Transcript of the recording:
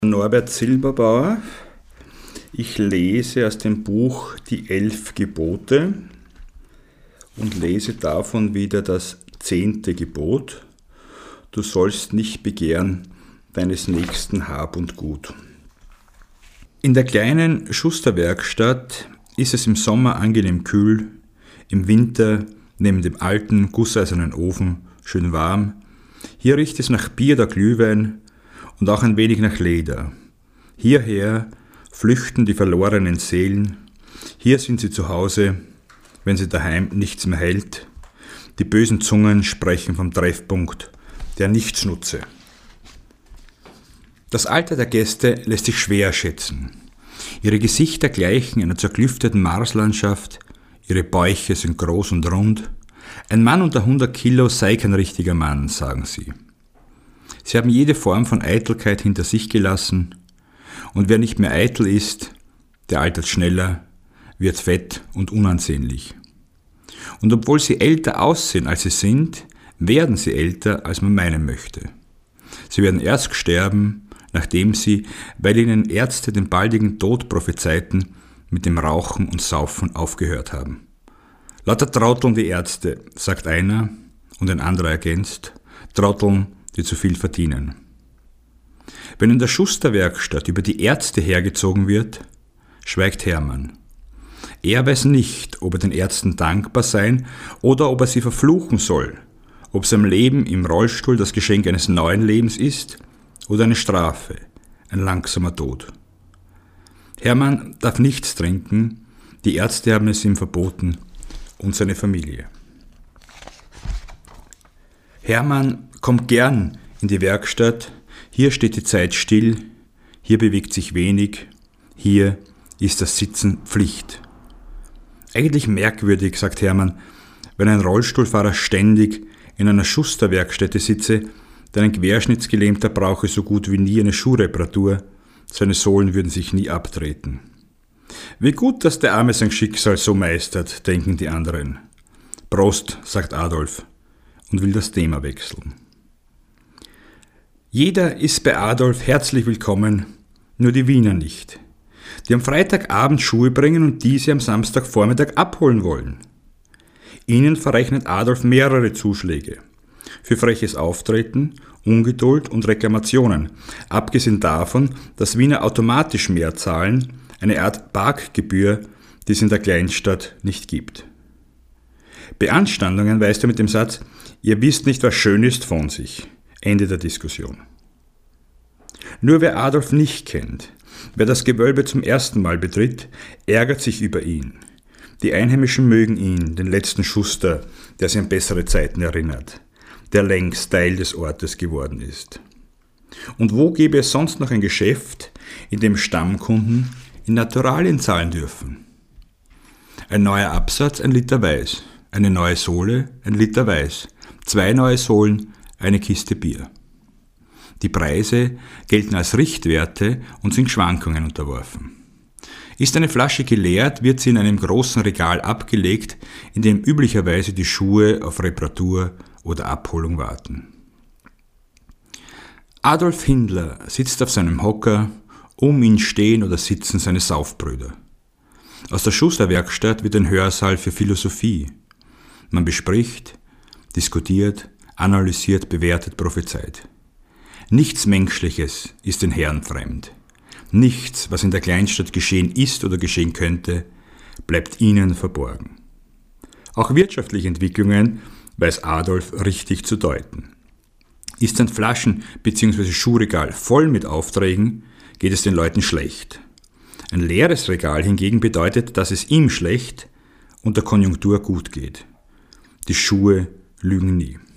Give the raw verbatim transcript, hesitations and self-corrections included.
Norbert Silberbauer. Ich lese aus dem Buch Die elf Gebote und lese davon wieder das zehnte Gebot. Du sollst nicht begehren deines Nächsten Hab und Gut. In der kleinen Schusterwerkstatt ist es im Sommer angenehm kühl, im Winter neben dem alten gusseisernen Ofen schön warm. Hier riecht es nach Bier oder Glühwein und auch ein wenig nach Leder. Hierher flüchten die verlorenen Seelen. Hier sind sie zu Hause, wenn sie daheim nichts mehr hält. Die bösen Zungen sprechen vom Treffpunkt der Nichtsnutze. Das Alter der Gäste lässt sich schwer schätzen. Ihre Gesichter gleichen einer zerklüfteten Marslandschaft, ihre Bäuche sind groß und rund. Ein Mann unter hundert Kilo sei kein richtiger Mann, sagen sie. Sie haben jede Form von Eitelkeit hinter sich gelassen, und wer nicht mehr eitel ist, der altert schneller, wird fett und unansehnlich. Und obwohl sie älter aussehen, als sie sind, werden sie älter, als man meinen möchte. Sie werden erst sterben, nachdem sie, weil ihnen Ärzte den baldigen Tod prophezeiten, mit dem Rauchen und Saufen aufgehört haben. Lauter Trotteln die Ärzte, sagt einer, und ein anderer ergänzt, Trotteln, die zu viel verdienen. Wenn in der Schusterwerkstatt über die Ärzte hergezogen wird, schweigt Hermann. Er weiß nicht, ob er den Ärzten dankbar sein oder ob er sie verfluchen soll, ob sein Leben im Rollstuhl das Geschenk eines neuen Lebens ist oder eine Strafe, ein langsamer Tod. Hermann darf nichts trinken, die Ärzte haben es ihm verboten und seine Familie. Hermann kommt gern in die Werkstatt, hier steht die Zeit still, hier bewegt sich wenig, hier ist das Sitzen Pflicht. Eigentlich merkwürdig, sagt Hermann, wenn ein Rollstuhlfahrer ständig in einer Schusterwerkstätte sitze, denn ein Querschnittsgelähmter brauche so gut wie nie eine Schuhreparatur, seine Sohlen würden sich nie abtreten. Wie gut, dass der Arme sein Schicksal so meistert, denken die anderen. Prost, sagt Adolf und will das Thema wechseln. Jeder ist bei Adolf herzlich willkommen, nur die Wiener nicht, die am Freitagabend Schuhe bringen und diese am Samstagvormittag abholen wollen. Ihnen verrechnet Adolf mehrere Zuschläge für freches Auftreten, Ungeduld und Reklamationen, abgesehen davon, dass Wiener automatisch mehr zahlen, eine Art Parkgebühr, die es in der Kleinstadt nicht gibt. Beanstandungen weist er mit dem Satz, ihr wisst nicht, was schön ist, von sich. Ende der Diskussion. Nur wer Adolf nicht kennt, wer das Gewölbe zum ersten Mal betritt, ärgert sich über ihn. Die Einheimischen mögen ihn, den letzten Schuster, der sie an bessere Zeiten erinnert, der längst Teil des Ortes geworden ist. Und wo gäbe es sonst noch ein Geschäft, in dem Stammkunden in Naturalien zahlen dürfen? Ein neuer Absatz, ein Liter Weiß. Eine neue Sohle, ein Liter Weiß. Zwei neue Sohlen, eine Kiste Bier. Die Preise gelten als Richtwerte und sind Schwankungen unterworfen. Ist eine Flasche geleert, wird sie in einem großen Regal abgelegt, in dem üblicherweise die Schuhe auf Reparatur oder Abholung warten. Adolf Hindler sitzt auf seinem Hocker, um ihn stehen oder sitzen seine Saufbrüder. Aus der Schusterwerkstatt wird ein Hörsaal für Philosophie. Man bespricht, diskutiert, analysiert, bewertet, prophezeit. Nichts Menschliches ist den Herren fremd. Nichts, was in der Kleinstadt geschehen ist oder geschehen könnte, bleibt ihnen verborgen. Auch wirtschaftliche Entwicklungen weiß Adolf richtig zu deuten. Ist ein Flaschen- bzw. Schuhregal voll mit Aufträgen, geht es den Leuten schlecht. Ein leeres Regal hingegen bedeutet, dass es ihm schlecht und der Konjunktur gut geht. Die Schuhe lügen nie.